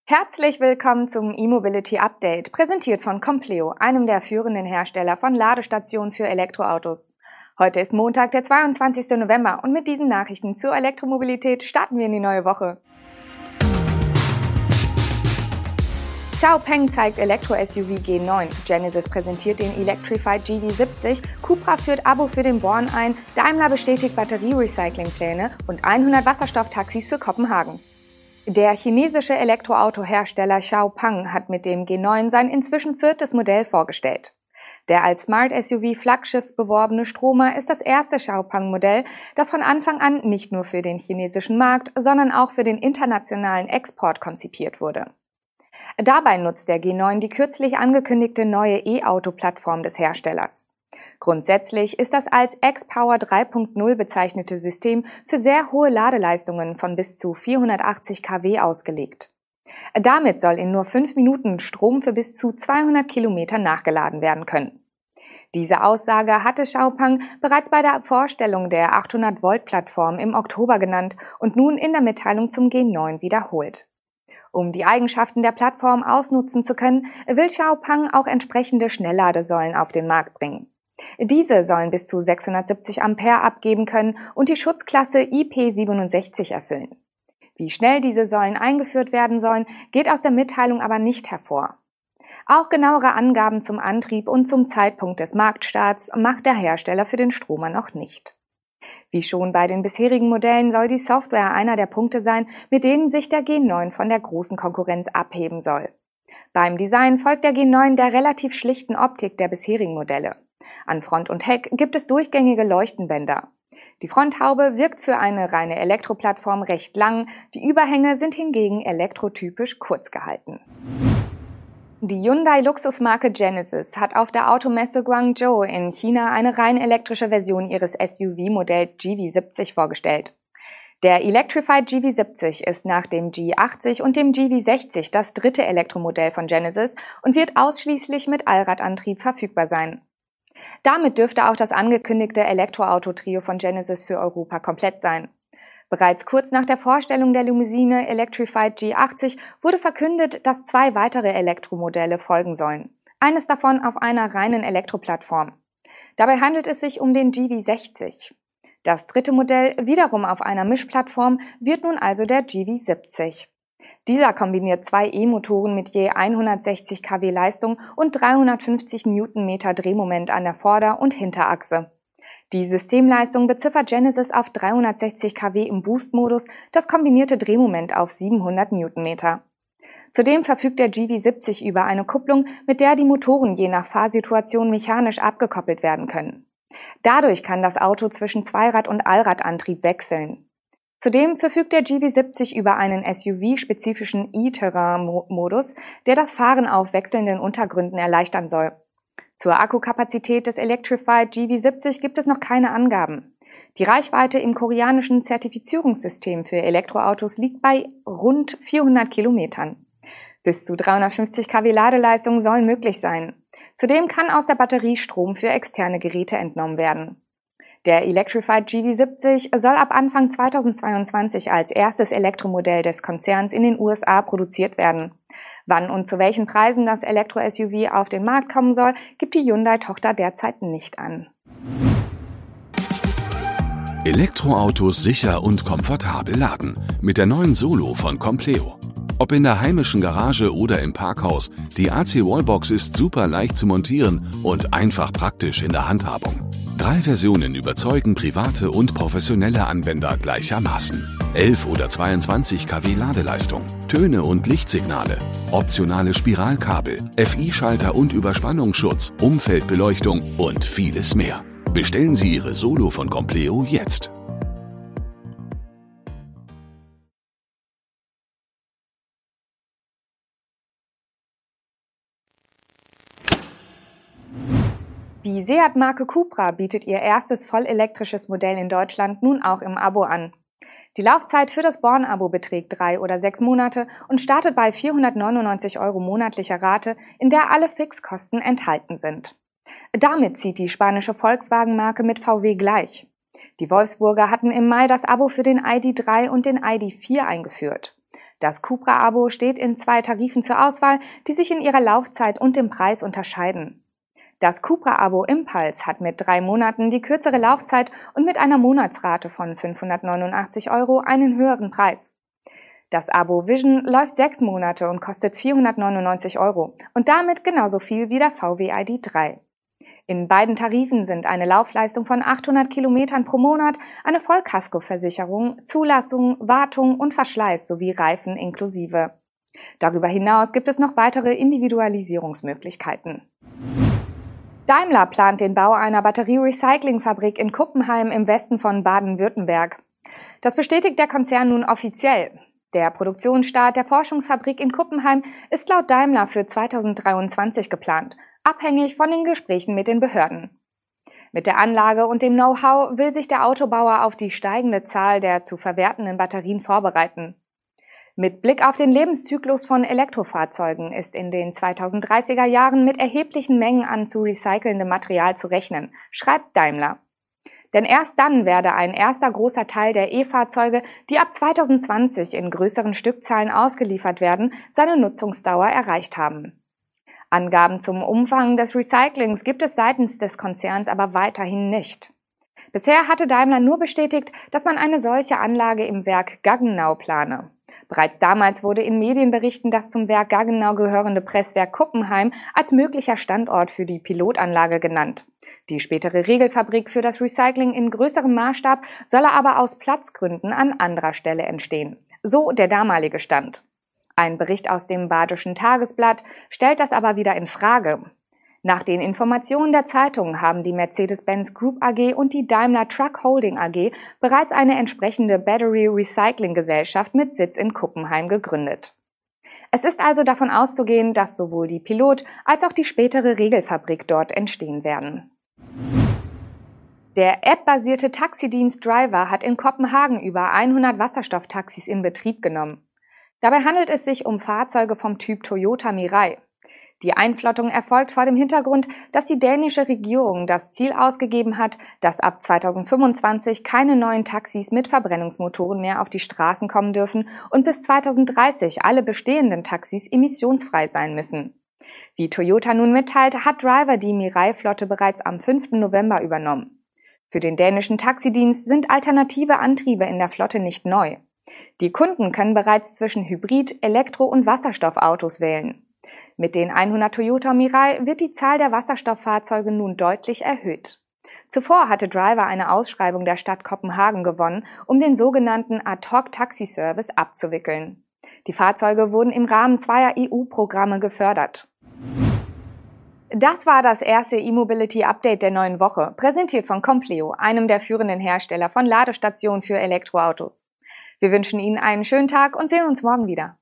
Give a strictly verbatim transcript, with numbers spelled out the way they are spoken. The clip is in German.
Herzlich willkommen zum E-Mobility Update, präsentiert von Compleo, einem der führenden Hersteller von Ladestationen für Elektroautos. Heute ist Montag, der zweiundzwanzigste November, und mit diesen Nachrichten zur Elektromobilität starten wir in die neue Woche. XPeng zeigt Elektro-S U V G neun, Genesis präsentiert den Electrified G V siebzig, Cupra führt Abo für den Born ein, Daimler bestätigt Batterierecyclingpläne und hundert Wasserstofftaxis für Kopenhagen. Der chinesische Elektroautohersteller XPeng hat mit dem G neun sein inzwischen viertes Modell vorgestellt. Der als Smart S U V-Flaggschiff beworbene Stromer ist das erste XPeng-Modell, das von Anfang an nicht nur für den chinesischen Markt, sondern auch für den internationalen Export konzipiert wurde. Dabei nutzt der G neun die kürzlich angekündigte neue E-Auto-Plattform des Herstellers. Grundsätzlich ist das als X-Power drei Punkt null bezeichnete System für sehr hohe Ladeleistungen von bis zu vierhundertachtzig Kilowatt ausgelegt. Damit soll in nur fünf Minuten Strom für bis zu zweihundert Kilometer nachgeladen werden können. Diese Aussage hatte XPeng bereits bei der Vorstellung der achthundert Volt Plattform im Oktober genannt und nun in der Mitteilung zum G neun wiederholt. Um die Eigenschaften der Plattform ausnutzen zu können, will XPeng auch entsprechende Schnellladesäulen auf den Markt bringen. Diese sollen bis zu sechshundertsiebzig Ampere abgeben können und die Schutzklasse I P siebenundsechzig erfüllen. Wie schnell diese Säulen eingeführt werden sollen, geht aus der Mitteilung aber nicht hervor. Auch genauere Angaben zum Antrieb und zum Zeitpunkt des Marktstarts macht der Hersteller für den Stromer noch nicht. Wie schon bei den bisherigen Modellen soll die Software einer der Punkte sein, mit denen sich der G neun von der großen Konkurrenz abheben soll. Beim Design folgt der G neun der relativ schlichten Optik der bisherigen Modelle. An Front und Heck gibt es durchgängige Leuchtenbänder. Die Fronthaube wirkt für eine reine Elektroplattform recht lang, die Überhänge sind hingegen elektrotypisch kurz gehalten. Die Hyundai-Luxusmarke Genesis hat auf der Automesse Guangzhou in China eine rein elektrische Version ihres S U V-Modells G V siebzig vorgestellt. Der Electrified G V siebzig ist nach dem G achtzig und dem G V sechzig das dritte Elektromodell von Genesis und wird ausschließlich mit Allradantrieb verfügbar sein. Damit dürfte auch das angekündigte Elektroauto-Trio von Genesis für Europa komplett sein. Bereits kurz nach der Vorstellung der Limousine Electrified G achtzig wurde verkündet, dass zwei weitere Elektromodelle folgen sollen. Eines davon auf einer reinen Elektroplattform. Dabei handelt es sich um den G V sechzig. Das dritte Modell, wiederum auf einer Mischplattform, wird nun also der G V siebzig. Dieser kombiniert zwei E-Motoren mit je hundertsechzig Kilowatt Leistung und dreihundertfünfzig Newtonmeter Drehmoment an der Vorder- und Hinterachse. Die Systemleistung beziffert Genesis auf dreihundertsechzig Kilowatt im Boost-Modus, das kombinierte Drehmoment auf siebenhundert Newtonmeter. Zudem verfügt der G V siebzig über eine Kupplung, mit der die Motoren je nach Fahrsituation mechanisch abgekoppelt werden können. Dadurch kann das Auto zwischen Zweirad- und Allradantrieb wechseln. Zudem verfügt der G V siebzig über einen S U V-spezifischen E-Terrain-Modus, der das Fahren auf wechselnden Untergründen erleichtern soll. Zur Akkukapazität des Electrified G V siebzig gibt es noch keine Angaben. Die Reichweite im koreanischen Zertifizierungssystem für Elektroautos liegt bei rund vierhundert Kilometern. Bis zu dreihundertfünfzig Kilowatt Ladeleistung sollen möglich sein. Zudem kann aus der Batterie Strom für externe Geräte entnommen werden. Der Electrified G V siebzig soll ab Anfang zweitausendzweiundzwanzig als erstes Elektromodell des Konzerns in den U S A produziert werden. Wann und zu welchen Preisen das Elektro-S U V auf den Markt kommen soll, gibt die Hyundai-Tochter derzeit nicht an. Elektroautos sicher und komfortabel laden mit der neuen Solo von Compleo. Ob in der heimischen Garage oder im Parkhaus, die A C-Wallbox ist super leicht zu montieren und einfach praktisch in der Handhabung. Drei Versionen überzeugen private und professionelle Anwender gleichermaßen. elf oder zweiundzwanzig Kilowatt Ladeleistung, Töne und Lichtsignale, optionale Spiralkabel, F I-Schalter und Überspannungsschutz, Umfeldbeleuchtung und vieles mehr. Bestellen Sie Ihre Solo von Compleo jetzt. Die Seat-Marke Cupra bietet ihr erstes vollelektrisches Modell in Deutschland nun auch im Abo an. Die Laufzeit für das Born-Abo beträgt drei oder sechs Monate und startet bei vierhundertneunundneunzig Euro monatlicher Rate, in der alle Fixkosten enthalten sind. Damit zieht die spanische Volkswagen-Marke mit V W gleich. Die Wolfsburger hatten im Mai das Abo für den I D drei und den I D vier eingeführt. Das Cupra-Abo steht in zwei Tarifen zur Auswahl, die sich in ihrer Laufzeit und dem Preis unterscheiden. Das Cupra-Abo Impulse hat mit drei Monaten die kürzere Laufzeit und mit einer Monatsrate von fünfhundertneunundachtzig Euro einen höheren Preis. Das Abo Vision läuft sechs Monate und kostet vierhundertneunundneunzig Euro und damit genauso viel wie der V W I D drei. In beiden Tarifen sind eine Laufleistung von achthundert Kilometern pro Monat, eine Vollkaskoversicherung, Zulassung, Wartung und Verschleiß sowie Reifen inklusive. Darüber hinaus gibt es noch weitere Individualisierungsmöglichkeiten. Daimler plant den Bau einer Batterie-Recycling-Fabrik in Kuppenheim im Westen von Baden-Württemberg. Das bestätigt der Konzern nun offiziell. Der Produktionsstart der Forschungsfabrik in Kuppenheim ist laut Daimler für zweitausenddreiundzwanzig geplant, abhängig von den Gesprächen mit den Behörden. Mit der Anlage und dem Know-how will sich der Autobauer auf die steigende Zahl der zu verwertenden Batterien vorbereiten. Mit Blick auf den Lebenszyklus von Elektrofahrzeugen ist in den zweitausenddreißiger Jahren mit erheblichen Mengen an zu recycelndem Material zu rechnen, schreibt Daimler. Denn erst dann werde ein erster großer Teil der E-Fahrzeuge, die ab zweitausendzwanzig in größeren Stückzahlen ausgeliefert werden, seine Nutzungsdauer erreicht haben. Angaben zum Umfang des Recyclings gibt es seitens des Konzerns aber weiterhin nicht. Bisher hatte Daimler nur bestätigt, dass man eine solche Anlage im Werk Gaggenau plane. Bereits damals wurde in Medienberichten das zum Werk Gaggenau gehörende Presswerk Kuppenheim als möglicher Standort für die Pilotanlage genannt. Die spätere Regelfabrik für das Recycling in größerem Maßstab solle aber aus Platzgründen an anderer Stelle entstehen. So der damalige Stand. Ein Bericht aus dem Badischen Tagesblatt stellt das aber wieder in Frage. Nach den Informationen der Zeitung haben die Mercedes-Benz Group A G und die Daimler Truck Holding A G bereits eine entsprechende Battery Recycling Gesellschaft mit Sitz in Kuppenheim gegründet. Es ist also davon auszugehen, dass sowohl die Pilot- als auch die spätere Regelfabrik dort entstehen werden. Der App-basierte Taxidienst Driver hat in Kopenhagen über hundert Wasserstofftaxis in Betrieb genommen. Dabei handelt es sich um Fahrzeuge vom Typ Toyota Mirai. Die Einflottung erfolgt vor dem Hintergrund, dass die dänische Regierung das Ziel ausgegeben hat, dass ab zweitausendfünfundzwanzig keine neuen Taxis mit Verbrennungsmotoren mehr auf die Straßen kommen dürfen und bis zweitausenddreißig alle bestehenden Taxis emissionsfrei sein müssen. Wie Toyota nun mitteilt, hat Driver die Mirai-Flotte bereits am fünften November übernommen. Für den dänischen Taxidienst sind alternative Antriebe in der Flotte nicht neu. Die Kunden können bereits zwischen Hybrid-, Elektro- und Wasserstoffautos wählen. Mit den hundert Toyota Mirai wird die Zahl der Wasserstofffahrzeuge nun deutlich erhöht. Zuvor hatte Driver eine Ausschreibung der Stadt Kopenhagen gewonnen, um den sogenannten Ad-Hoc-Taxi-Service abzuwickeln. Die Fahrzeuge wurden im Rahmen zweier E U-Programme gefördert. Das war das erste E-Mobility-Update der neuen Woche, präsentiert von Compleo, einem der führenden Hersteller von Ladestationen für Elektroautos. Wir wünschen Ihnen einen schönen Tag und sehen uns morgen wieder.